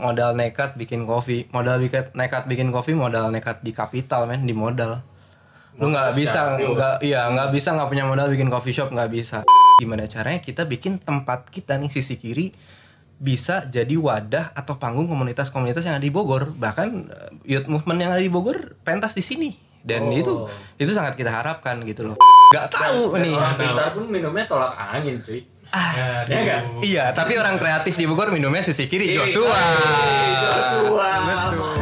modal nekat bikin kopi, modal nekat bikin kopi, modal nekat di kapital men, di modal. Lu nggak bisa nggak punya modal bikin coffee shop, nggak bisa. Gimana caranya kita bikin tempat kita nih sisi kiri bisa jadi wadah atau panggung komunitas-komunitas yang ada di Bogor, bahkan youth movement yang ada di Bogor pentas di sini, dan itu sangat kita harapkan gitu loh. Nggak tahu nih. Orang pintar pun minumnya tolak angin cuy. Iya, tapi orang kreatif di Bogor minumnya sisi kiri, Joshua. Betul.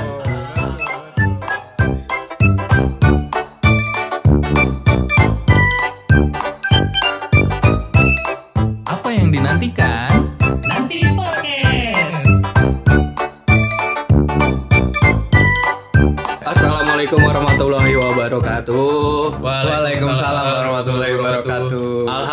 Apa yang dinantikan? Nanti podcast. Assalamualaikum warahmatullahi wabarakatuh. Waalaikumsalam warahmatullahi wabarakatuh.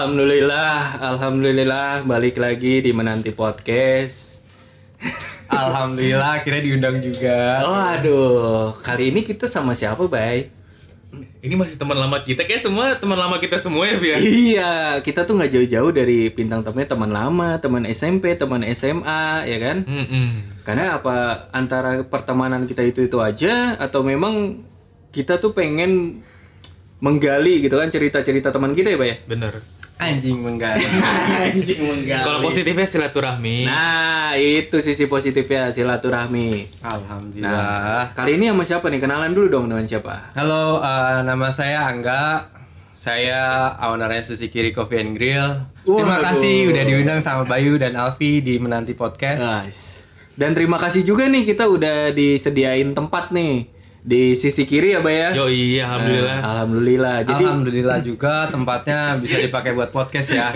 Alhamdulillah balik lagi di Menanti Podcast. Alhamdulillah akhirnya diundang juga. Oh aduh, kali ini kita sama siapa, Bay? Ini masih teman lama kita, kayak semua teman lama kita semua ya, Via. Iya, kita tuh nggak jauh-jauh dari bintang tamunya teman lama, teman SMP, teman SMA, ya kan? Karena apa? Antara pertemanan kita itu aja, atau memang kita tuh pengen menggali gitu kan cerita-cerita teman kita ya, Bay? Bener. Anjing menggali. Kalau positifnya silaturahmi. Nah, itu sisi positifnya silaturahmi. Alhamdulillah. Nah, kali ini sama siapa nih? Kenalan dulu dong dengan siapa? Halo, nama saya Angga. Saya ownernya Sisi Kiri Coffee and Grill. Terima kasih udah diundang sama Bayu dan Alfi di Menanti Podcast. Guys. Dan terima kasih juga nih, kita udah disediain tempat nih di sisi kiri ya, Bay ya? Yoi, alhamdulillah. Alhamdulillah. Jadi Alhamdulillah juga tempatnya bisa dipakai buat podcast ya.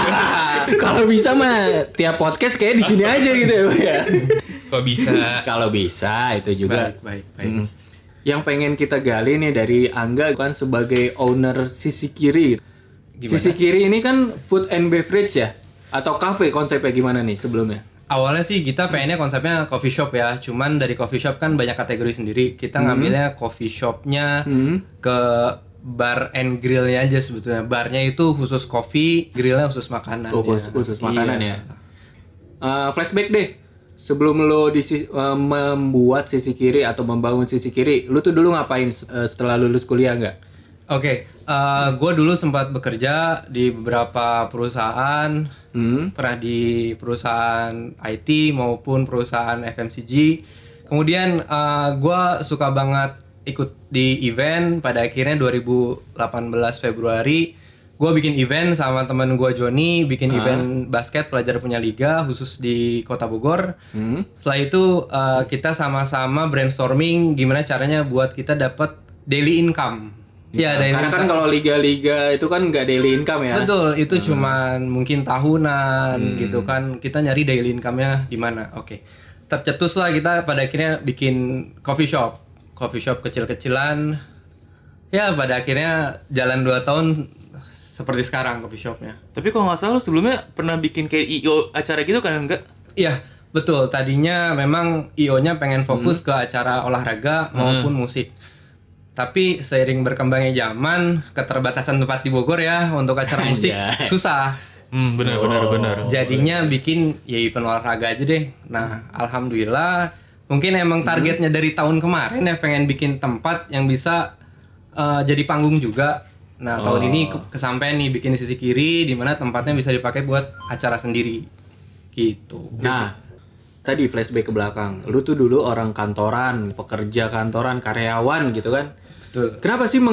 kalau bisa mah tiap podcast kayak di sini aja gitu ya, Bay ya. Kok bisa? Kalau bisa itu juga. Baik. Yang pengen kita gali nih dari Angga kan sebagai owner Sisi Kiri. Gimana? Sisi Kiri ini kan food and beverage ya? Atau cafe konsepnya gimana nih sebelumnya? Awalnya sih kita pengennya konsepnya coffee shop ya. Cuman dari coffee shop kan banyak kategori sendiri. Kita ngambilnya coffee shopnya ke bar and grillnya aja sebetulnya. Barnya itu khusus kopi, grillnya khusus makanan. Khusus makanan ya. Flashback deh. Sebelum lo membuat Sisi Kiri atau membangun Sisi Kiri, lo tuh dulu ngapain setelah lulus kuliah nggak? Oke, gue dulu sempat bekerja di beberapa perusahaan, pernah di perusahaan IT maupun perusahaan FMCG. Kemudian gue suka banget ikut di event. Pada akhirnya 2018 Februari, gue bikin event sama teman gue Joni, bikin event basket pelajar punya liga khusus di Kota Bogor. Setelah itu kita sama-sama brainstorming gimana caranya buat kita dapat daily income. Ya, karena kan kalau liga-liga itu kan nggak daily income ya. Betul, itu cuman mungkin tahunan gitu kan. Kita nyari daily income-nya di mana. Oke. Tercetuslah kita pada akhirnya bikin coffee shop. Coffee shop kecil-kecilan. Ya, pada akhirnya jalan 2 tahun seperti sekarang coffee shopnya. Tapi kalau nggak salah lu sebelumnya pernah bikin kayak IO acara gitu kan, enggak? Iya, betul. Tadinya memang IO-nya pengen fokus ke acara olahraga maupun musik. Tapi seiring berkembangnya zaman, keterbatasan tempat di Bogor ya untuk acara musik susah. Benar. Jadinya bikin ya event olahraga aja deh. Nah, alhamdulillah mungkin emang targetnya dari tahun kemarin ya pengen bikin tempat yang bisa jadi panggung juga. Nah, tahun ini kesampaian nih bikin di Sisi Kiri di mana tempatnya bisa dipakai buat acara sendiri. Gitu. Nah, tadi flashback ke belakang. Lu tuh dulu orang kantoran, pekerja kantoran, karyawan gitu kan. Betul. Kenapa sih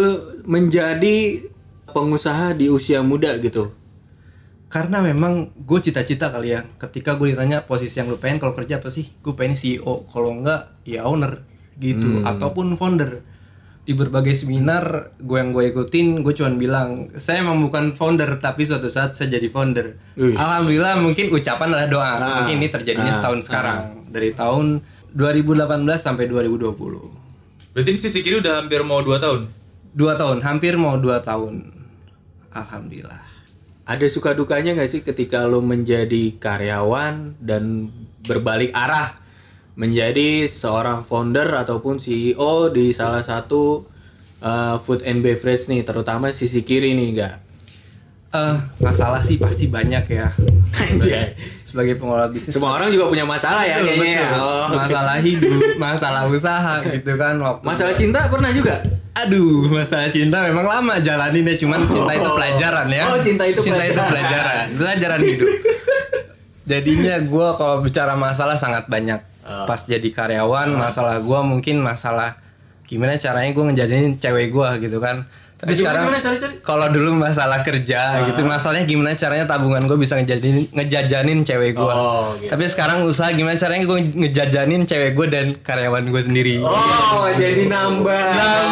menjadi pengusaha di usia muda gitu? Karena memang gue cita-cita kali ya. Ketika gue ditanya posisi yang lu pengen kalau kerja apa sih? Gue pengen CEO, kalau enggak ya owner gitu ataupun founder. Di berbagai seminar yang gue ikutin, gue cuma bilang saya emang bukan founder tapi suatu saat saya jadi founder. Alhamdulillah mungkin ucapan adalah doa. Mungkin ini terjadinya tahun sekarang dari tahun 2018 sampai 2020. Berarti di Sisi Kiri udah hampir mau 2 tahun? 2 tahun, hampir mau 2 tahun. Alhamdulillah. Ada suka dukanya nggak sih ketika lo menjadi karyawan dan berbalik arah menjadi seorang founder ataupun CEO di salah satu food and beverage nih, terutama Sisi Kiri nih, nggak? Masalah sih pasti banyak ya. Anjay. sebagai pengelola bisnis. Semua orang juga punya masalah ya Betul, kayaknya. betul. Oh, Masalah hidup, masalah usaha gitu kan. Masalah cinta pernah juga? Aduh, masalah cinta memang lama jalaninnya, cuman cinta itu pelajaran ya. Oh, cinta itu pelajaran. Pelajaran hidup. Jadinya gue kalau bicara masalah sangat banyak. Pas jadi karyawan, masalah gue mungkin masalah gimana caranya gue ngejadiin cewek gue gitu kan. Tapi sekarang kalau dulu masalah kerja gitu, masalahnya gimana caranya tabungan gue bisa ngejajanin cewek gue. Gitu. Tapi sekarang usaha gimana caranya gue ngejajanin cewek gue dan karyawan gue sendiri. Oh, jadi nambah.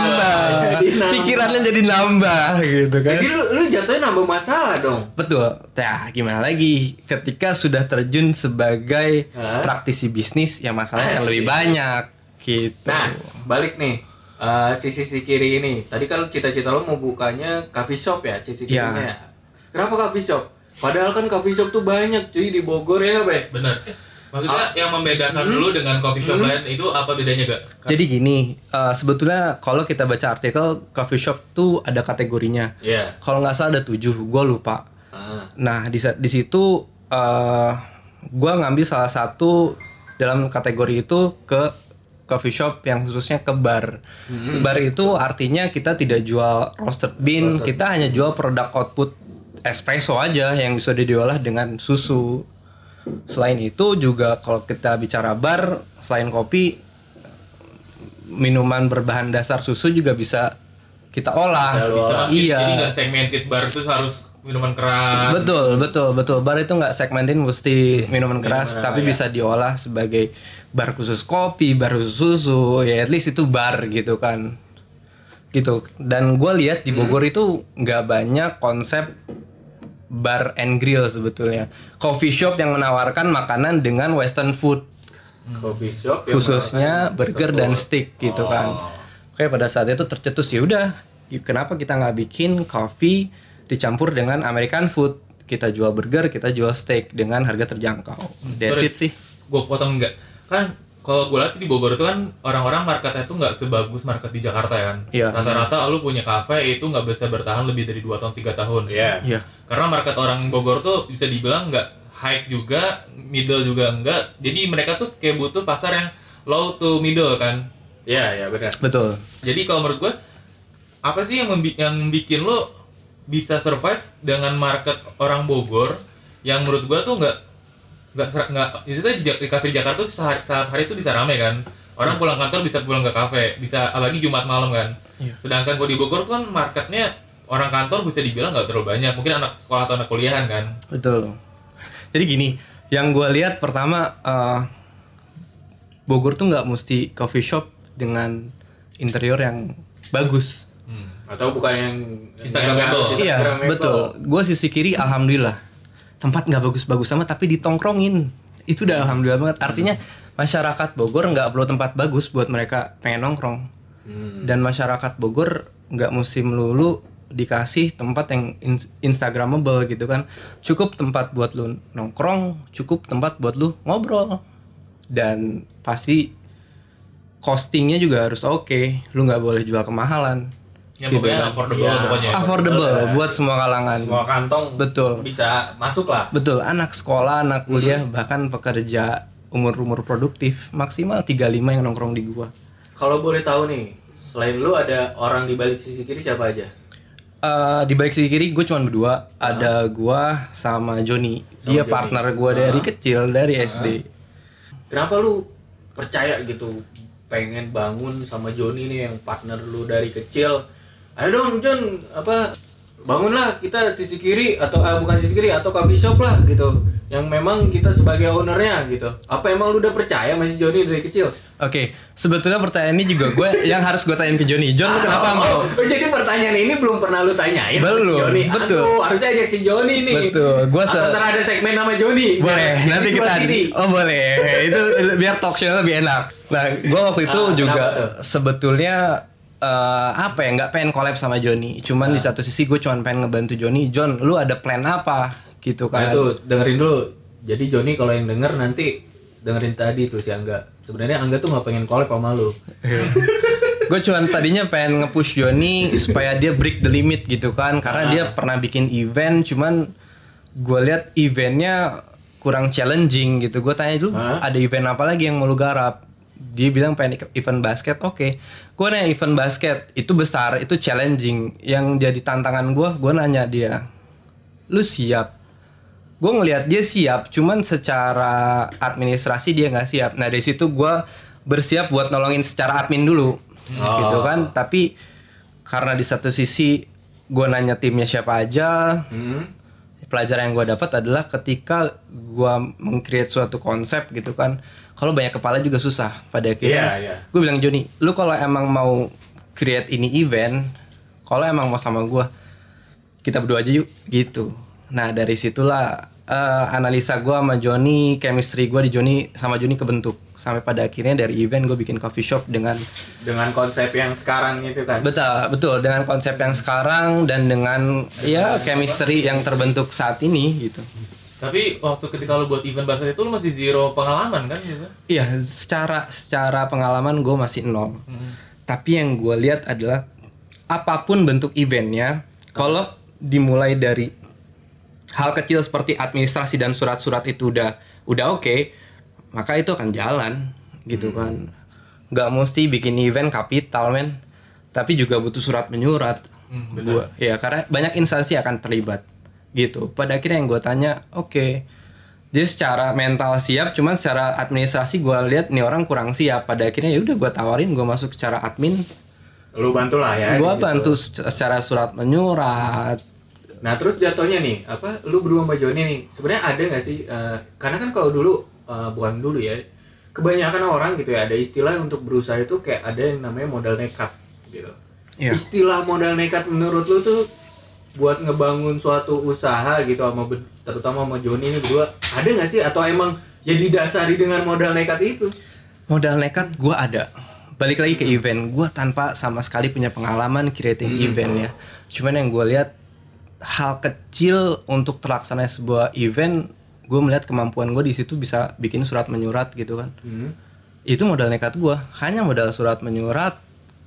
Pikirannya jadi nambah gitu kan. Jadi lu jatuhnya nambah masalah dong. Betul. Ya gimana lagi? Ketika sudah terjun sebagai praktisi bisnis, ya masalahnya yang lebih banyak gitu. Nah, balik nih. Sisi kiri ini. Tadi kan cita-cita lo mau bukanya coffee shop ya, sisi kirinya. Ya. Kenapa coffee shop? Padahal kan coffee shop tuh banyak cuy di Bogor ya, Be? Bener. Maksudnya yang membedakan lu dengan coffee shop lain itu apa bedanya gak? Jadi gini, sebetulnya kalau kita baca artikel coffee shop tuh ada kategorinya. Iya. Kalau nggak salah ada 7, gue lupa. Nah di situ gue ngambil salah satu dalam kategori itu ke coffee shop yang khususnya ke bar. Bar itu artinya kita tidak jual roasted bean, kita hanya jual produk output espresso aja yang bisa diolah dengan susu. Selain itu juga kalau kita bicara bar, selain kopi, minuman berbahan dasar susu juga bisa kita olah. Iya. Jadi nggak segmented bar itu harus minuman keras. Betul. Bar itu nggak segmentin mesti minuman keras, tapi bisa diolah sebagai bar khusus kopi, bar khusus susu, ya at least itu bar gitu kan. Gitu. Dan gue lihat di Bogor itu nggak banyak konsep bar and grill sebetulnya. Coffee shop yang menawarkan makanan dengan western food. Coffee shop khususnya burger dan steak gitu kan. Oke, pada saat itu tercetus ya udah, kenapa kita nggak bikin coffee dicampur dengan American food? Kita jual burger, kita jual steak dengan harga terjangkau. That's it sih. Gue potong enggak. Kan kalau gue lihat di Bogor itu kan orang-orang marketnya itu nggak sebagus market di Jakarta ya kan. Iya. Rata-rata lu punya kafe itu nggak bisa bertahan lebih dari 2 tahun 3 tahun. Iya. Karena market orang Bogor tuh bisa dibilang nggak high juga, middle juga enggak. Jadi mereka tuh kayak butuh pasar yang low to middle kan. Iya, benar. Betul. Jadi kalau menurut gue, apa sih yang bikin lo bisa survive dengan market orang Bogor yang menurut gue tuh nggak itu tuh di kafe di Jakarta tuh sehari itu bisa ramai kan. Orang pulang kantor bisa pulang ke kafe, bisa apalagi Jumat malam kan. Sedangkan kalau di Bogor tuh kan marketnya orang kantor bisa dibilang nggak terlalu banyak, mungkin anak sekolah atau anak kuliahan kan. Betul. Jadi gini, yang gue lihat pertama Bogor tuh nggak mesti coffee shop dengan interior yang bagus. Atau bukan yang Instagramable. Iya, betul. Gue sisi kiri alhamdulillah. Tempat nggak bagus-bagus sama tapi ditongkrongin. Itu udah alhamdulillah banget. Artinya masyarakat Bogor nggak perlu tempat bagus buat mereka pengen nongkrong. Dan masyarakat Bogor nggak mesti melulu dikasih tempat yang instagramable gitu kan. Cukup tempat buat lu nongkrong, cukup tempat buat lu ngobrol. Dan pasti costingnya juga harus oke. Lu nggak boleh jual kemahalan. Yang gitu pokoknya kan? Pokoknya. Affordable buat semua kalangan. Semua kantong. Betul. Bisa masuk lah. Betul. Anak sekolah, anak kuliah, bahkan pekerja umur produktif maksimal 35 yang nongkrong di gua. Kalau boleh tahu nih, selain lu ada orang di balik sisi kiri siapa aja? Di balik sisi kiri gue cuma berdua. Ada gua sama Joni. Dia partner gua dari kecil, dari SD. Kenapa lu percaya gitu pengen bangun sama Joni nih yang partner lu dari kecil? Ayo dong Jon, bangunlah kita sisi kiri atau bukan sisi kiri atau coffee shop lah gitu. Yang memang kita sebagai ownernya gitu. Apa emang lu udah percaya sama si Joni dari kecil? Oke, sebetulnya pertanyaan ini juga gue yang harus gue tanyain ke Joni. Jon, lu kenapa mau? Jadi pertanyaan ini belum pernah lu tanyain belum, si Joni. Betul. Aduh, harusnya ajak si Joni nih. Betul. Atau ada segmen nama Joni. Boleh, nanti kita boleh. Itu biar talk show lebih enak. Nah, gue waktu itu juga sebetulnya nggak pengen collab sama Joni. Cuman di satu sisi gue cuma pengen ngebantu Joni. Jon, lu ada plan apa? Gitu kan. Nah, itu dengerin dulu. Jadi Joni kalau yang denger nanti dengerin tadi tuh si Angga. Sebenarnya Angga tuh nggak pengen collab sama lu. Gue cuman tadinya pengen nge-push Joni supaya dia break the limit gitu kan. Karena dia pernah bikin event, cuman gue lihat eventnya kurang challenging gitu. Gue tanya dulu ada event apa lagi yang mau lu garap. Dia bilang pengen event basket. Oke. Gue nanya event basket itu besar, itu challenging. Yang jadi tantangan gue nanya dia, lu siap? Gue ngelihat dia siap, cuman secara administrasi dia nggak siap. Nah dari situ gue bersiap buat nolongin secara admin dulu, gitu kan. Tapi karena di satu sisi gue nanya timnya siapa aja, pelajaran yang gue dapat adalah ketika gue meng-create suatu konsep gitu kan, kalau banyak kepala juga susah. Pada akhirnya gue bilang, Joni, lu kalau emang mau create ini event, kalau emang mau sama gue, kita berdua aja yuk, gitu. Nah dari situlah analisa gue sama Joni, chemistry gue di Joni sama Joni kebentuk. Sampai pada akhirnya dari event gue bikin coffee shop dengan konsep yang sekarang itu kan. Betul, dengan konsep yang sekarang dan dengan chemistry yang terbentuk saat ini gitu. Tapi waktu ketika lu buat event basket itu lu masih zero pengalaman kan gitu? Iya, secara pengalaman gue masih nol. Tapi yang gue lihat adalah apapun bentuk eventnya, kalau dimulai dari hal kecil seperti administrasi dan surat-surat itu udah oke, maka itu akan jalan gitu kan. Nggak mesti bikin event kapital men, tapi juga butuh surat menyurat. Karena banyak instansi akan terlibat gitu. Pada akhirnya yang gue tanya, oke, dia secara mental siap, cuman secara administrasi gue lihat nih orang kurang siap. Pada akhirnya ya udah gue tawarin gue masuk secara admin. Lu bantu lah ya. Gue bantu secara surat menyurat. Nah terus jatuhnya nih, lu berdua sama Joni nih, sebenarnya ada nggak sih? Karena kan kalau dulu, bukan dulu ya, kebanyakan orang gitu ya, ada istilah untuk berusaha itu kayak ada yang namanya modal nekat gitu. Istilah modal nekat menurut lu tuh buat ngebangun suatu usaha gitu, terutama sama Joni ini berdua, ada nggak sih? Atau emang ya didasari dengan modal nekat itu? Modal nekat gue ada. Balik lagi ke event, gue tanpa sama sekali punya pengalaman creating event ya. Cuman yang gue lihat, hal kecil untuk terlaksana sebuah event, gue melihat kemampuan gue di situ bisa bikin surat menyurat gitu kan. Itu modal nekat gue, hanya modal surat menyurat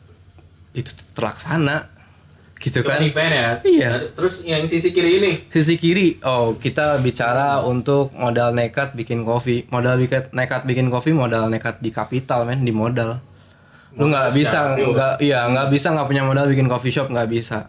itu terlaksana gitu itu kan. Event ya. Iya. Terus yang sisi kiri ini? Sisi kiri, kita bicara untuk modal nekat bikin kopi, modal nekat bikin kopi, modal nekat di kapital men, di modal. Lu nggak bisa nggak punya modal bikin coffee shop, nggak bisa.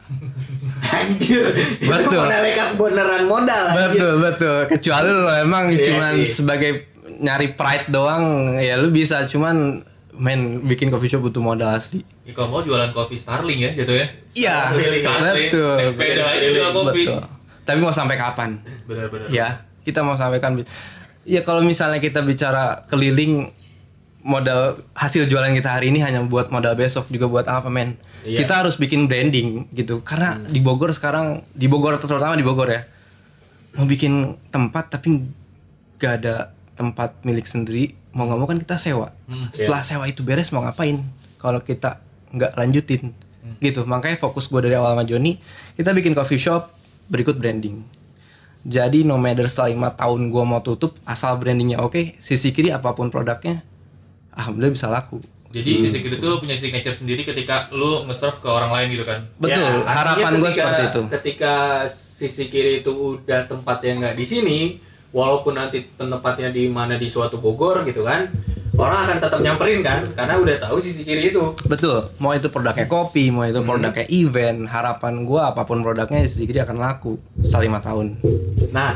Anjir. Betul. Modal nekat beneran modal. Betul. Kecuali lu emang cuman sebagai nyari pride doang, ya lu bisa. Cuman bikin coffee shop butuh modal asli. Ya kalau mau jualan kopi Starling ya gitu ya. Iya. Betul. Naik sepeda aja jual kopi. Betul. Tapi mau sampai kapan? Benar-benar. Ya, kita mau sampaikan. Ya kalau misalnya kita bicara keliling, modal hasil jualan kita hari ini hanya buat modal besok juga buat apa men? Kita harus bikin branding gitu. Karena di Bogor sekarang, terutama di Bogor ya, mau bikin tempat tapi gak ada tempat milik sendiri, mau nggak mau kan kita sewa. Setelah sewa itu beres mau ngapain kalau kita nggak lanjutin gitu. Makanya fokus gue dari awal sama Joni, kita bikin coffee shop, berikut branding. Jadi no matter setelah 5 tahun gue mau tutup, asal brandingnya oke, sisi kiri apapun produknya alhamdulillah bisa laku. Jadi sisi kiri itu punya signature sendiri ketika lu nge-serve ke orang lain gitu kan? Betul, ya, harapan gue seperti itu. Ketika sisi kiri itu udah tempatnya nggak di sini, walaupun nanti tempatnya di mana di suatu Bogor gitu kan, orang akan tetap nyamperin kan, karena udah tahu sisi kiri itu. Betul, mau itu produknya kopi, mau itu produknya event, harapan gue apapun produknya sisi kiri akan laku setelah 5 tahun. Nah,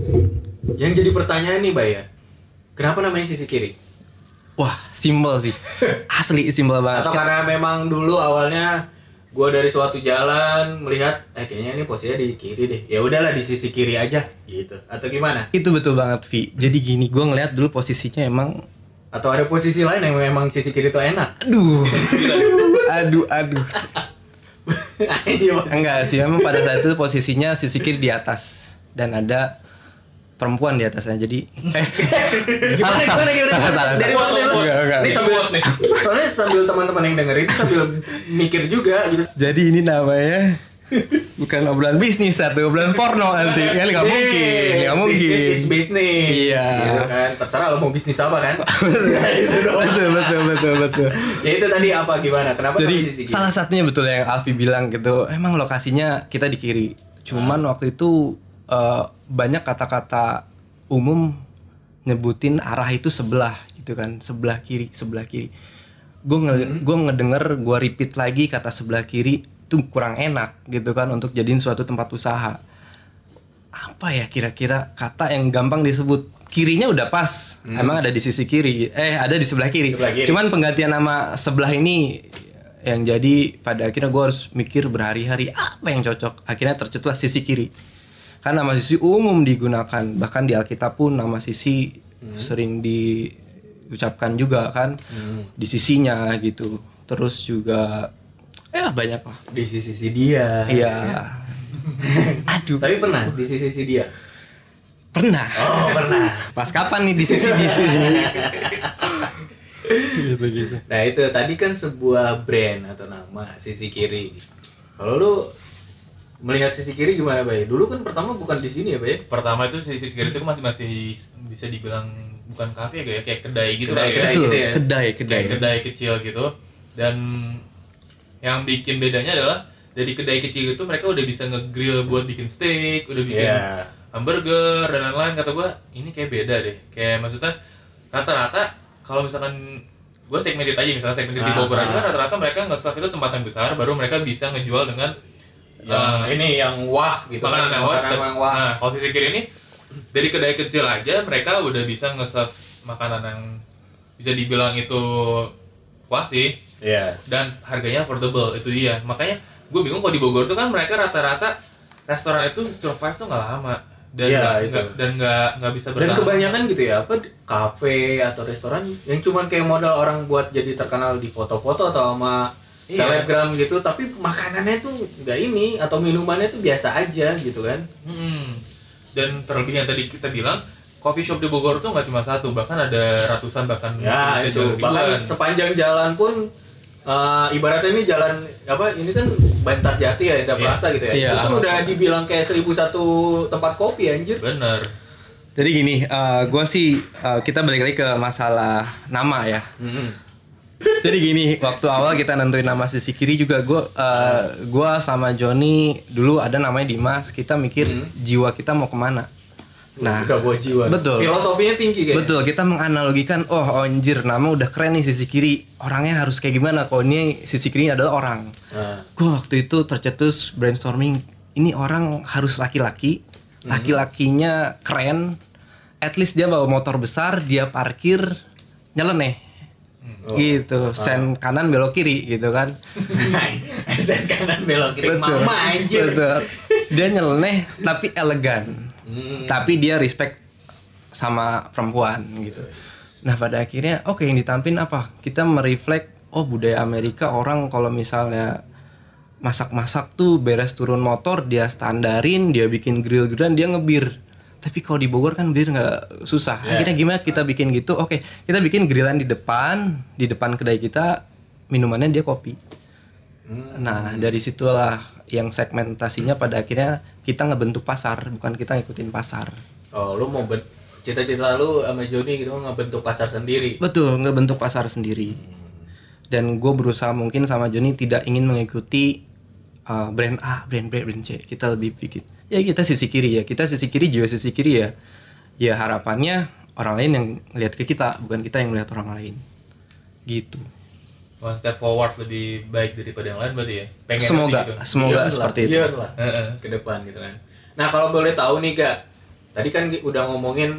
yang jadi pertanyaan nih Bay ya, kenapa namanya sisi kiri? Wah, simpel sih. Asli simpel banget. Atau karena memang dulu awalnya gue dari suatu jalan melihat kayaknya ini posisinya di kiri deh. Ya udahlah di sisi kiri aja gitu. Atau gimana? Itu betul banget, Vi. Jadi gini, gue ngeliat dulu posisinya emang, atau ada posisi lain yang memang sisi kiri itu enak. Aduh. Enggak sih, memang pada saat itu posisinya sisi kiri di atas dan ada perempuan di atasnya, jadi salah. Dari ini soalnya sambil teman-teman yang denger itu sambil mikir juga gitu. Jadi ini namanya bukan obrolan bisnis, atau obrolan porno nanti kan nggak mungkin. Bisnis is bisnis. Iya. Gitu kan. Terserah lo mau bisnis apa kan. Betul. Ya itu tadi apa gimana? Kenapa? Jadi sisi kiri? salah satunya betul yang Alfi bilang gitu. Emang lokasinya kita di kiri. Cuman waktu itu banyak kata-kata umum nyebutin arah itu sebelah gitu kan, sebelah kiri. Gue ngedenger, gue repeat lagi kata sebelah kiri itu kurang enak gitu kan untuk jadiin suatu tempat usaha. Apa ya kira-kira kata yang gampang disebut? Kirinya udah pas, emang ada di sisi kiri, ada di sebelah kiri. Cuman penggantian nama sebelah ini yang jadi pada akhirnya gue harus mikir berhari-hari apa yang cocok. Akhirnya tercetuslah sisi kiri. Kan nama sisi umum digunakan, bahkan di Alkitab pun nama sisi sering diucapkan juga kan, di sisinya gitu. Terus juga banyak lah. Di sisi dia. Iya. Aduh. Tapi pernah di sisi dia? Pernah. Oh, pernah. Pas kapan nih di sisi sini? Gitu. Nah, itu tadi kan sebuah brand atau nama sisi kiri. Kalau lu melihat sisi kiri gimana, Bay? Dulu kan pertama bukan di sini ya, Bay? Pertama itu sisi kiri itu masih bisa dibilang bukan kafe ya, kayak kedai gitu. Kedai gitu ya. Kedai kecil gitu. Dan yang bikin bedanya adalah dari kedai kecil itu mereka udah bisa nge-grill buat bikin steak, udah bikin hamburger dan lain-lain. Kata gue ini kayak beda deh, kayak maksudnya rata-rata kalau misalkan gue segmented aja, misalnya segmented di Bogor aja, rata-rata mereka nge-serve itu tempat yang besar, baru mereka bisa ngejual dengan yang wah gitu, makanan yang wah. Nah, kalau sisi kiri ini dari kedai kecil aja mereka udah bisa nge-serve makanan yang bisa dibilang itu wah sih. Dan harganya affordable, itu dia. Makanya gue bingung kalau di Bogor tuh kan mereka rata-rata restoran itu survive tuh nggak lama dan nggak bisa bertahan. Dan kebanyakan gitu ya, kafe atau restoran yang cuman kayak modal orang buat jadi terkenal di foto-foto atau sama selebgram gitu, tapi makanannya tuh nggak ini, atau minumannya tuh biasa aja gitu kan. Dan terlebih yang tadi kita bilang, coffee shop di Bogor tuh nggak cuma satu, bahkan ada ratusan, bahkan itu bahkan sepanjang jalan pun ibaratnya ini jalan ini kan Bantarjati ya, Indah Prasta gitu ya. Itu udah dibilang kayak 1001 tempat kopi anjir. Bener. Jadi gini, gue sih kita balik lagi ke masalah nama ya. Jadi gini, waktu awal kita nentuin nama sisi kiri juga gue sama Joni dulu ada namanya Dimas. Kita mikir jiwa kita mau kemana. Nah, udah buat jiwa. Betul. Filosofinya tinggi kayaknya. Betul, kita menganalogikan, anjir, nama udah keren nih sisi kiri. Orangnya harus kayak gimana? Kalau ini sisi kiri adalah orang. Gue waktu itu tercetus brainstorming, ini orang harus laki-laki. Laki-lakinya keren. At least dia bawa motor besar, dia parkir nyeleneh. Gitu, sen kanan belok kiri gitu kan. Sen kanan belok kiri. Betul. Mama anjir. Betul. Dia nyeleneh tapi elegan. Tapi dia respect sama perempuan gitu. Nah pada akhirnya yang ditampilin apa? Kita mereflek budaya Amerika, orang kalau misalnya masak-masak tuh beres turun motor dia standarin, dia bikin grill-grillan, dia ngebir. Tapi kalau di Bogor kan bir nggak susah. Akhirnya gimana kita bikin gitu? Kita bikin grillan di depan kedai kita, minumannya dia kopi. Nah dari situlah yang segmentasinya pada akhirnya kita ngebentuk pasar, bukan kita ngikutin pasar. Lu mau cita-cita lu sama Joni gitu ngebentuk pasar sendiri? Betul, ngebentuk pasar sendiri. Dan gue berusaha mungkin sama Joni tidak ingin mengikuti brand A, brand B, brand C. Kita lebih bikin, kita sisi kiri ya, kita sisi kiri, jiwa sisi kiri ya. Ya harapannya orang lain yang lihat ke kita, bukan kita yang melihat orang lain. Gitu. One step forward lebih baik daripada yang lain berarti ya? Semoga seperti itu. Ke depan gitu kan. Nah kalau boleh tahu nih Kak, tadi kan udah ngomongin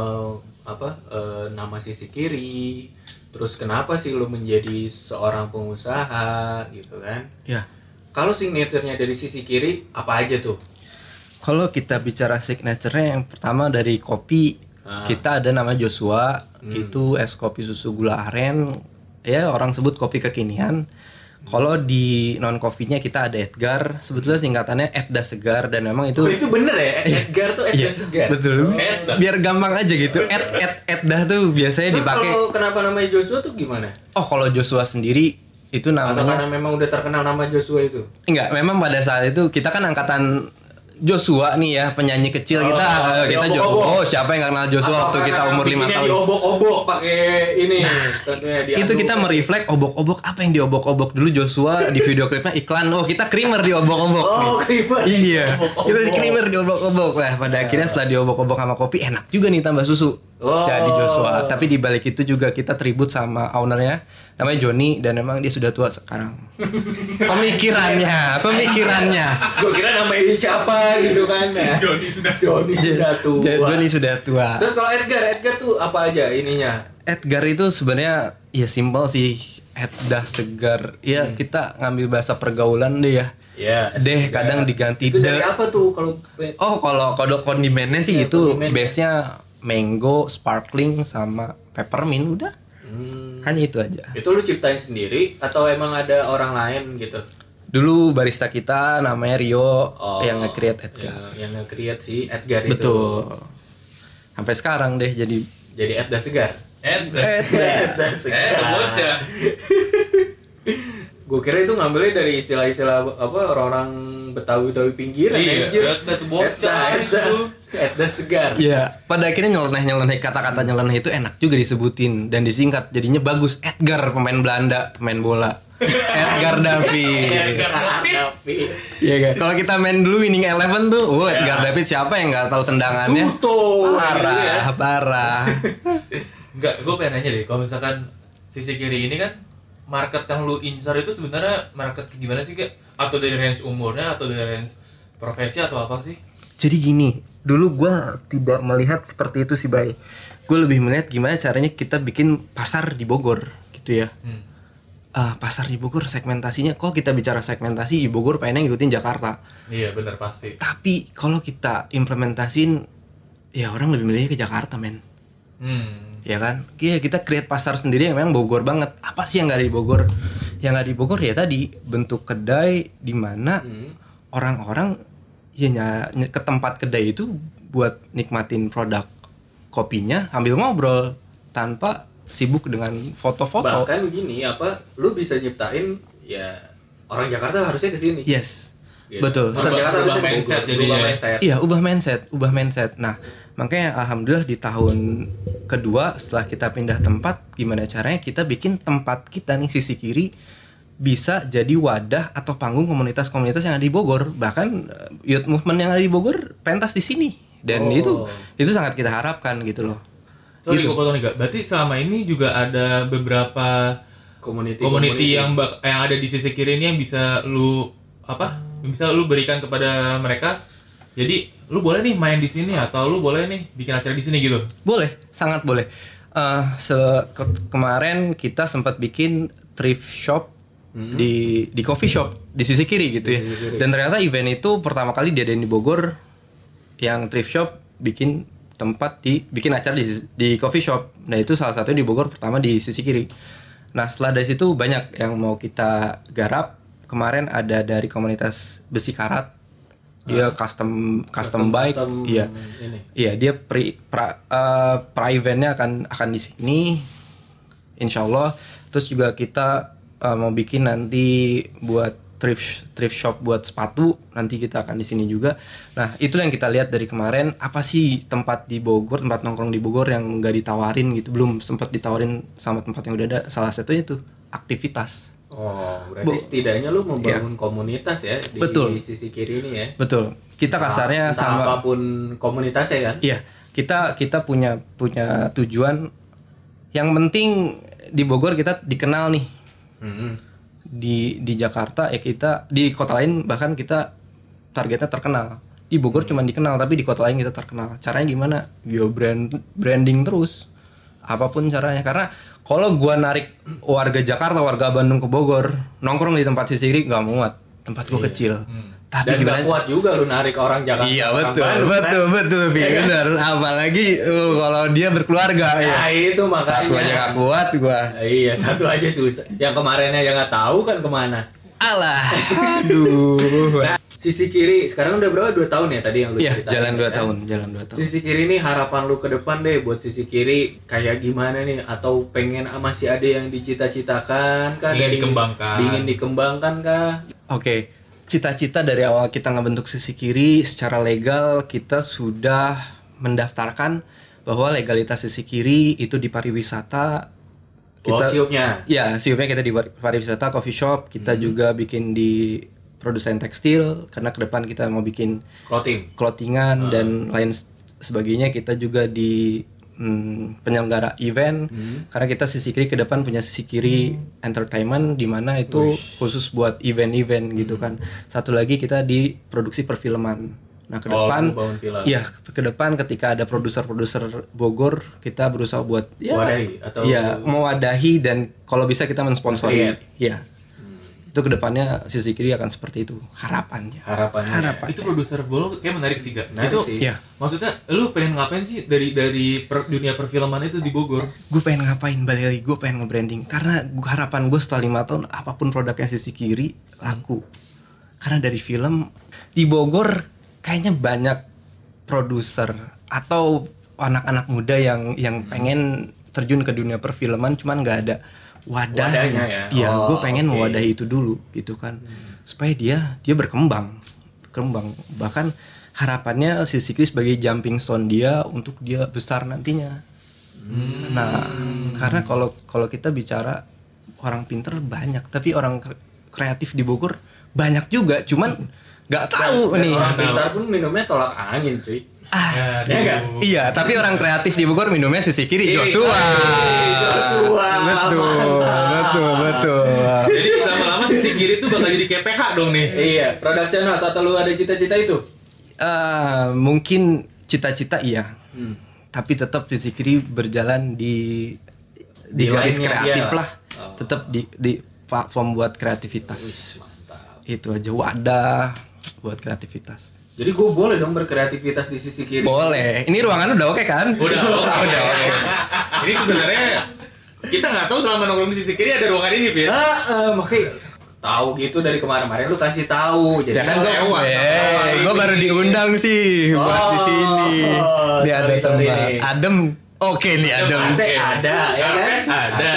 nama sisi kiri, terus kenapa sih lu menjadi seorang pengusaha gitu kan? Ya. Kalau signaturenya dari sisi kiri apa aja tuh? Kalau kita bicara signaturenya, yang pertama dari kopi, kita ada nama Joshua, itu es kopi susu gula aren. Ya orang sebut kopi kekinian. Kalau di non coffee-nya kita ada Edgar, sebetulnya singkatannya Edda Segar, dan memang itu itu bener ya, Edgar tuh Edda Segar. Betul. Biar gampang aja gitu. Edda tuh biasanya dipakai. Kalau kenapa namanya Joshua tuh gimana? Kalau Joshua sendiri itu namanya, atau karena memang udah terkenal nama Joshua itu? Enggak, memang pada saat itu kita kan angkatan Joshua nih ya, penyanyi kecil kita Joshua. Oh, siapa yang nggak kenal Joshua waktu kita umur 5 tahun? Diobok-obok pakai ini tentunya itu kita mereflek obok-obok apa yang diobok-obok dulu Joshua di video klipnya iklan. Oh, kita creamer diobok-obok. Oh, creamer. Iya. Kita creamer diobok-obok. Wah, pada akhirnya setelah diobok-obok sama kopi enak juga nih tambah susu. Jadi Joshua. Tapi di balik itu juga kita tribut sama ownernya namanya Johnny dan memang dia sudah tua sekarang. Pemikirannya. Gue kira namanya siapa gitu kan. Johnny sudah tua. Johnny sudah tua. Terus kalau Edgar tuh apa aja ininya? Edgar itu sebenarnya ya simpel sih. Eddah segar. Ya kita ngambil bahasa pergaulan deh ya. Iya. Deh kadang diganti itu dari apa tuh kalau? Oh, kalau kode kondimennya sih ya, itu base-nya mango, sparkling sama peppermint udah. Hanya itu aja. Itu lu ciptain sendiri atau emang ada orang lain gitu? Dulu barista kita namanya Rio yang nge-create Edgar. Yang nge-create si Edgar itu. Betul. Sampai sekarang deh jadi Edda segar. Edda segar. Bocah. Gue kira itu ngambilnya dari istilah-istilah apa orang Betawi pinggiran. Iya, Edda tuh bocah itu. Edda segar. Iya, pada akhirnya nyeleneh kata-kata nyeleneh itu enak juga disebutin dan disingkat jadinya bagus. Edgar pemain Belanda, pemain bola. Edgar David. Iya kan? Kalau kita main dulu Winning Eleven tuh, Edgar David siapa yang nggak tahu tendangannya? Parah. Enggak, gue pengen nanya deh, kalau misalkan sisi kiri ini kan market yang lu incar itu sebenarnya market gimana sih Kak? Atau dari range umurnya atau dari range profesi atau apa sih? Jadi gini, dulu gue tidak melihat seperti itu sih Bay. Gue lebih melihat gimana caranya kita bikin pasar di Bogor gitu ya. Pasar di Bogor segmentasinya, kalau kita bicara segmentasi di Bogor pengennya ngikutin Jakarta. Iya benar pasti. Tapi kalau kita implementasin, ya orang lebih milih ke Jakarta men. Ya kan? Iya, kita create pasar sendiri yang memang Bogor banget. Apa sih yang nggak ada di Bogor? Yang nggak di Bogor ya tadi bentuk kedai di mana orang-orang ya ke tempat kedai itu buat nikmatin produk kopinya, ambil ngobrol tanpa sibuk dengan foto-foto. Bahkan gini, lu bisa nyiptain ya orang Jakarta harusnya ke sini. Yes. Gitu. Betul. Ubah mindset jadinya. Iya, ubah mindset. Nah, makanya alhamdulillah di tahun kedua setelah kita pindah tempat, gimana caranya kita bikin tempat kita nih sisi kiri bisa jadi wadah atau panggung komunitas-komunitas yang ada di Bogor. Bahkan youth movement yang ada di Bogor pentas di sini. Dan itu sangat kita harapkan gitu loh. Sorry, gitu. gue potong nih Kak. Berarti selama ini juga ada beberapa community yang ada di sisi kiri ini yang bisa lu berikan kepada mereka. Jadi lu boleh nih main di sini atau lu boleh nih bikin acara di sini gitu. Boleh, sangat boleh. Kemarin kita sempat bikin thrift shop di coffee shop di sisi kiri gitu ya. Dan ternyata event itu pertama kali diadain di Bogor, yang thrift shop bikin acara di coffee shop. Nah itu salah satunya di Bogor pertama di sisi kiri. Nah setelah dari situ banyak yang mau kita garap. Kemarin ada dari komunitas besi karat, dia custom bike, iya dia pra eventnya akan di sini, insyaallah. Terus juga kita mau bikin nanti buat thrift shop buat sepatu, nanti kita akan di sini juga. Nah itu yang kita lihat dari kemarin, apa sih tempat nongkrong di Bogor yang nggak ditawarin gitu, belum sempat ditawarin sama tempat yang udah ada. Salah satunya itu aktivitas. Berarti setidaknya lu membangun komunitas ya di sisi kiri ini ya. Betul. Kita kasarnya entah sama apapun komunitasnya kan. Iya, kita punya tujuan. Yang penting di Bogor kita dikenal nih. Di Jakarta ya kita, di kota lain bahkan kita targetnya terkenal. Di Bogor cuma dikenal, tapi di kota lain kita terkenal. Caranya gimana? Branding terus. Apapun caranya, karena kalau gua narik warga Jakarta, warga Bandung ke Bogor, nongkrong di tempat sisi kiri nggak muat. Tempat gua kecil. Tapi dan gak kuat juga lu narik orang Jakarta. Iya betul, benar. Apalagi kalau dia berkeluarga ya. Nah itu makanya. Satu aja gak kuat gua. Iya, satu aja susah. Yang kemarinnya yang nggak tahu kan kemana. Alah, aduh. Nah, sisi kiri sekarang udah berapa? 2 tahun ya tadi yang lu ceritain. Jalan 2 tahun. Sisi kiri nih harapan lu ke depan deh buat sisi kiri kayak gimana nih? Atau pengen masih ada yang dicita-citakan kah? Ingin dikembangkan kah? Oke. cita-cita dari awal kita ngebentuk Sisi Kiri, secara legal kita sudah mendaftarkan bahwa legalitas Sisi Kiri itu di pariwisata. Kita, siupnya? Ya, siupnya kita di pariwisata, coffee shop. Kita juga bikin di produsen tekstil, karena ke depan kita mau bikin clothingan dan lain sebagainya. Kita juga di penyelenggara event, karena kita Sisi Kiri ke depan punya Sisi Kiri Entertainment, di mana itu khusus buat event-event gitu kan. Satu lagi kita di produksi perfilman. Nah ke depan, iya ke depan ketika ada produser-produser Bogor, kita berusaha buat mewadahi dan kalau bisa kita mensponsori. Ya. Itu kedepannya Sisi Kiri akan seperti itu harapannya. Itu produser Bolo kayak menarik sih Kak. Itu ya. Maksudnya lu pengen ngapain sih dari dunia perfilman itu di Bogor? Gue pengen ngapain balik lagi, gue pengen nge-branding karena harapan gue setelah 5 tahun apapun produknya Sisi Kiri laku. Karena dari film di Bogor kayaknya banyak produser atau anak-anak muda yang pengen terjun ke dunia perfilman cuman nggak ada wadahnya ya. Iya, gue pengen mewadahi itu dulu gitu kan. Supaya dia berkembang. Bahkan harapannya Sisi Kiri sebagai jumping stone dia untuk dia besar nantinya. Nah, karena kalau kita bicara orang pinter banyak, tapi orang kreatif di Bogor banyak juga, cuman nggak tahu nih. Orang pintar pun minumnya tolak angin, cuy. Iya, tapi orang kreatif di Bogor minumnya Sisi Kiri, Joshua. Betul. Jadi lama-lama Sisi Kiri tuh bakal jadi kayak PH dong nih. Iya, production house. Atau lu ada cita-cita itu? Mungkin cita-cita iya. Tapi tetap Sisi Kiri berjalan di garis kreatif lah. Tetap di platform buat kreativitas. Mantap. Itu aja wadah buat kreativitas. Jadi gue boleh dong berkreativitas di Sisi Kiri? Boleh. Ini ruangan udah oke kan? Udah oke. Ini sebenarnya kita nggak tahu selama nongkrong di Sisi Kiri ada ruangan ini, Fit. Makanya tahu gitu dari kemarin-kemarin lu kasih tahu. Jadi ya kan gue baru diundang sih buat di sini. Dia ada tempat adem. Oke nih adem. Ada ya kan? Ada.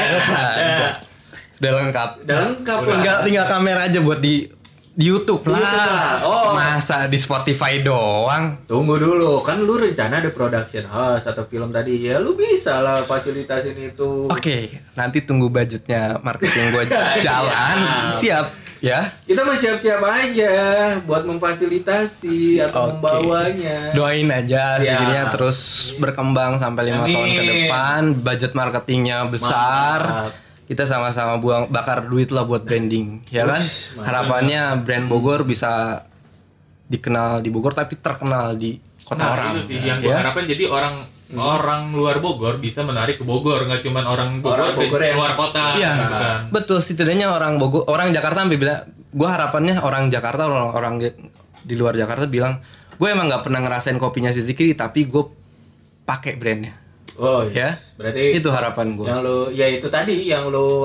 Udah lengkap. Tinggal kamera aja buat di YouTube lah. Masa di Spotify doang? Tunggu dulu, kan lu rencana ada production house atau film tadi ya, lu bisa lah fasilitasin itu. Oke, nanti tunggu budgetnya marketing gue jalan, siap ya. Kita mah siap-siap aja buat memfasilitasi atau membawanya. Doain aja segininya terus berkembang sampai 5 tahun ke depan, budget marketingnya besar. Mantap. Kita sama-sama bakar duit lah buat branding, ya kan? Harapannya brand Bogor bisa dikenal di Bogor tapi terkenal di kota orang. Itu sih yang gue harapin, jadi orang luar Bogor bisa menarik ke Bogor, nggak cuma orang Bogor di luar kota. Iya, gitu kan. Betul. Setidaknya orang Bogor, orang Jakarta sampai bilang, gue harapannya orang Jakarta, orang di luar Jakarta bilang, gue emang nggak pernah ngerasain kopinya Sisi Kiri, tapi gue pakai brandnya. Oh iya. Berarti itu harapan gue. Yang lu itu tadi yang lu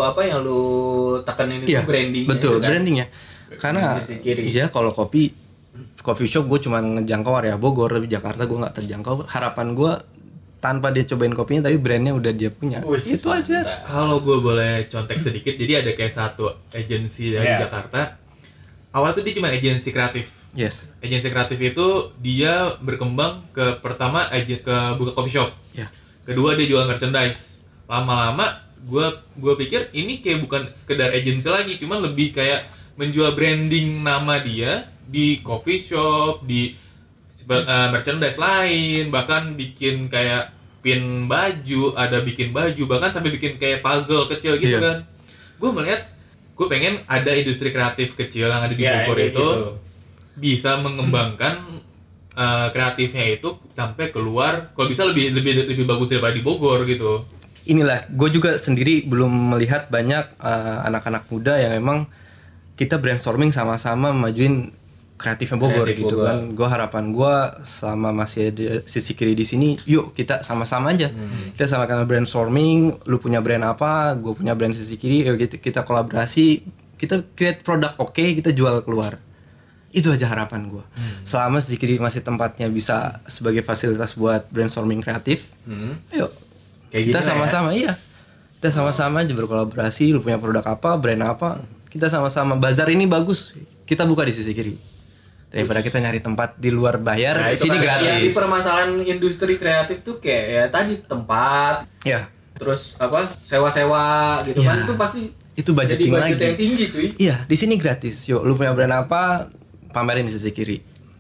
tekenin itu branding. Betul, kan? Brandingnya. Karena iya kalau coffee shop gue cuma ngejangkau area Bogor, tapi Jakarta gue nggak terjangkau. Harapan gue tanpa dia cobain kopinya tapi brandnya udah dia punya. Itu aja. Kalau gue boleh contek sedikit, jadi ada kayak satu agensi dari Jakarta. Awal tuh dia cuma agensi kreatif. Yes. Agensi kreatif itu dia berkembang ke pertama ke buka coffee shop. Kedua dia jual merchandise. Lama-lama gue pikir ini kayak bukan sekedar agensi lagi, cuman lebih kayak menjual branding nama dia di coffee shop, di merchandise lain, bahkan bikin kayak pin baju, ada bikin baju, bahkan sampai bikin kayak puzzle kecil gitu kan. Gue melihat, gue pengen ada industri kreatif kecil yang ada di Bogor itu gitu. Bisa mengembangkan kreatifnya itu sampai keluar, kalau bisa lebih bagus daripada di Bogor gitu. Inilah, gue juga sendiri belum melihat banyak anak-anak muda yang memang kita brainstorming sama-sama majuin kreatifnya Bogor gitu kan. Gue harapan gue selama masih ada Sisi Kiri di sini, yuk kita sama-sama aja. Kita sama-sama brainstorming, lu punya brand apa, gue punya brand Sisi Kiri, yuk kita kolaborasi, kita create produk kita jual keluar. Itu aja harapan gue. Selama Sisi Kiri masih tempatnya bisa sebagai fasilitas buat brainstorming kreatif, ayo kayak kita sama-sama kita sama-sama aja berkolaborasi. Lu punya produk apa, brand apa, kita sama-sama. Bazar ini bagus, kita buka di sisi kiri. Daripada kita nyari tempat di luar bayar, Nah, di sini kan gratis. yang di permasalahan industri kreatif tuh kayak ya tadi tempat, Ya, terus apa sewa-sewa gitu Iya. kan itu pasti itu budgeting jadi budget lagi. yang tinggi cuy. Iya, di sini gratis. Yuk, lu punya brand apa? Pamerin di sisi kiri.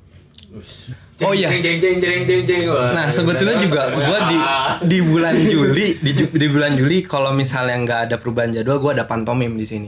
Oh iya. Jeng. Wah, Nah, sebetulnya juga gua di bulan Juli, di bulan Juli kalau misalnya nggak ada perubahan jadwal, gua ada pantomim di sini.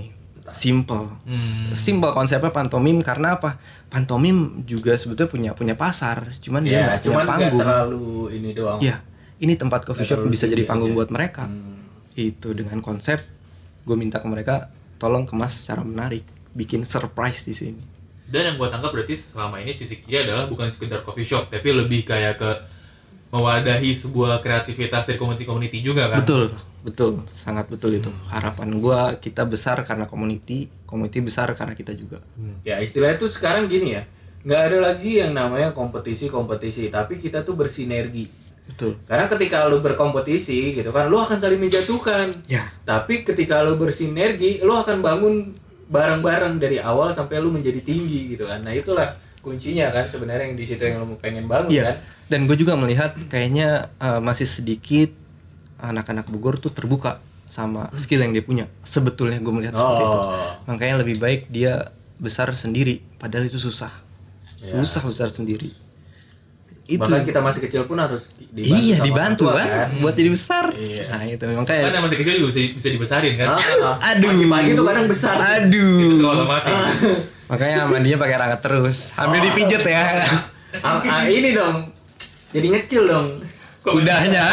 Simple konsepnya pantomim karena apa? Pantomim juga sebetulnya punya pasar, cuman dia nggak punya cuman nggak panggung. terlalu ini doang. Iya, ini tempat coffee shop terlalu bisa tinggi jadi panggung aja. buat mereka. Itu dengan konsep gue minta ke mereka tolong kemas secara menarik, bikin surprise di sini. Dan yang gue tangkap berarti selama ini sisi kiri adalah bukan sekedar coffee shop, tapi lebih kayak ke mewadahi sebuah kreativitas dari community juga kan? Betul, sangat betul itu. Harapan gue kita besar karena community besar karena kita juga. Ya istilahnya tuh sekarang gini ya, nggak ada lagi yang namanya kompetisi, tapi kita tuh bersinergi. Betul. Karena ketika lu berkompetisi gitu kan, lu akan saling menjatuhkan. Ya. Tapi ketika lu bersinergi, lu akan bangun bareng-bareng dari awal sampai lu menjadi tinggi gitu kan. Nah itulah kuncinya kan sebenarnya yang di situ yang lu pengen bangun kan. Dan gue juga melihat kayaknya masih sedikit anak-anak Bogor tuh terbuka sama skill yang dia punya. Sebetulnya gue melihat seperti itu. Makanya lebih baik dia besar sendiri, padahal itu susah. Susah besar sendiri. Itu. Bahkan kita masih kecil pun harus dibantu Iya, sama dibantu orang tua, kan buat jadi besar. Iya. Nah, itu memang kayak Kan yang masih kecil juga bisa dibesarin kan? aduh. Pagi-pagi tuh kadang besar. Aduh. Itu sekolah otomatis. Makanya mandinya pakai rangka terus. Ambil dipijet ya. Ini dong. Jadi ngecil dong. Udahnya.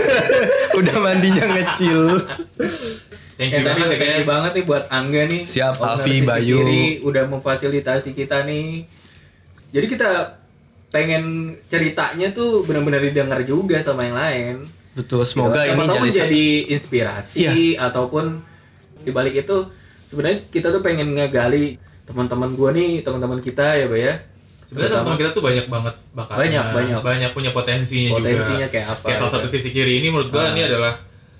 Udah mandinya ngecil. Thank you banget ya thank you banget nih buat Angga nih. Siap, owner Alfi, Sisi Bayu. Kiri, udah memfasilitasi kita nih. Jadi kita pengen ceritanya tuh benar-benar didengar juga sama yang lain. Betul, semoga Siapa ini tahu jadi menjadi inspirasi ataupun dibalik itu sebenarnya kita tuh pengen ngegali teman-teman gua nih, teman-teman kita ya, Bay ya. Sebenarnya teman kita tuh banyak banget bakatnya. Banyak punya potensinya juga. Kayak apa? Kayak salah satu sisi kiri ini menurut gua ini adalah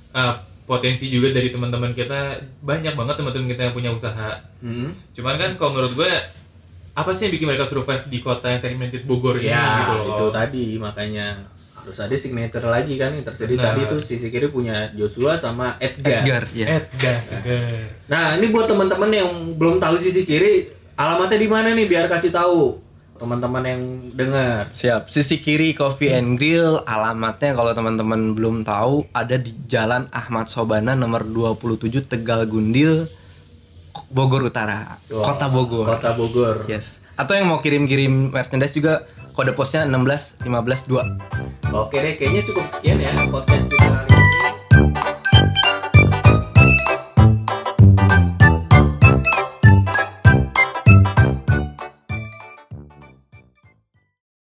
potensi juga dari teman-teman kita. Banyak banget teman-teman kita yang punya usaha. Cuman kan kalau menurut gua apa sih yang bikin mereka survive di kota yang segmented Bogor ini Ya, gitu loh. itu tadi makanya harus ada signature lagi kan yang terjadi tadi tuh sisi kiri punya Joshua sama Edgar. ya. Edgar seger. Nah, ini buat teman-teman yang belum tahu sisi kiri, alamatnya di mana nih biar kasih tahu teman-teman yang dengar. Siap. Sisi kiri Coffee and Grill, alamatnya kalau teman-teman belum tahu ada di Jalan Ahmad Sobana nomor 27 Tegal Gundil, Bogor Utara, Kota Bogor. Kota Bogor. Yes. Atau yang mau kirim-kirim merchandise juga kode posnya 16152. Oke deh, kayaknya cukup sekian ya podcast